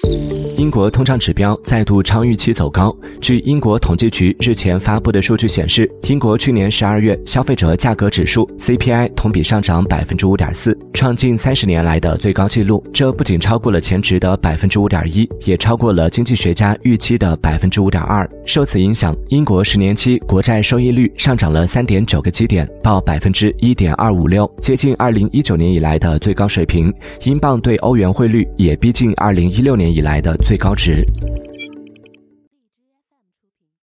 英国通胀指标再度超预期走高。据英国统计局日前发布的数据显示，英国去年12月消费者价格指数 CPI 同比上涨 5.4%， 创近30年来的最高纪录。这不仅超过了前值的 5.1%， 也超过了经济学家预期的 5.2%。受此影响，英国10年期国债收益率上涨了 3.9个基点，报 1.256%， 接近2019年以来的最高水平。英镑对欧元汇率也逼近2016年以来的最高值。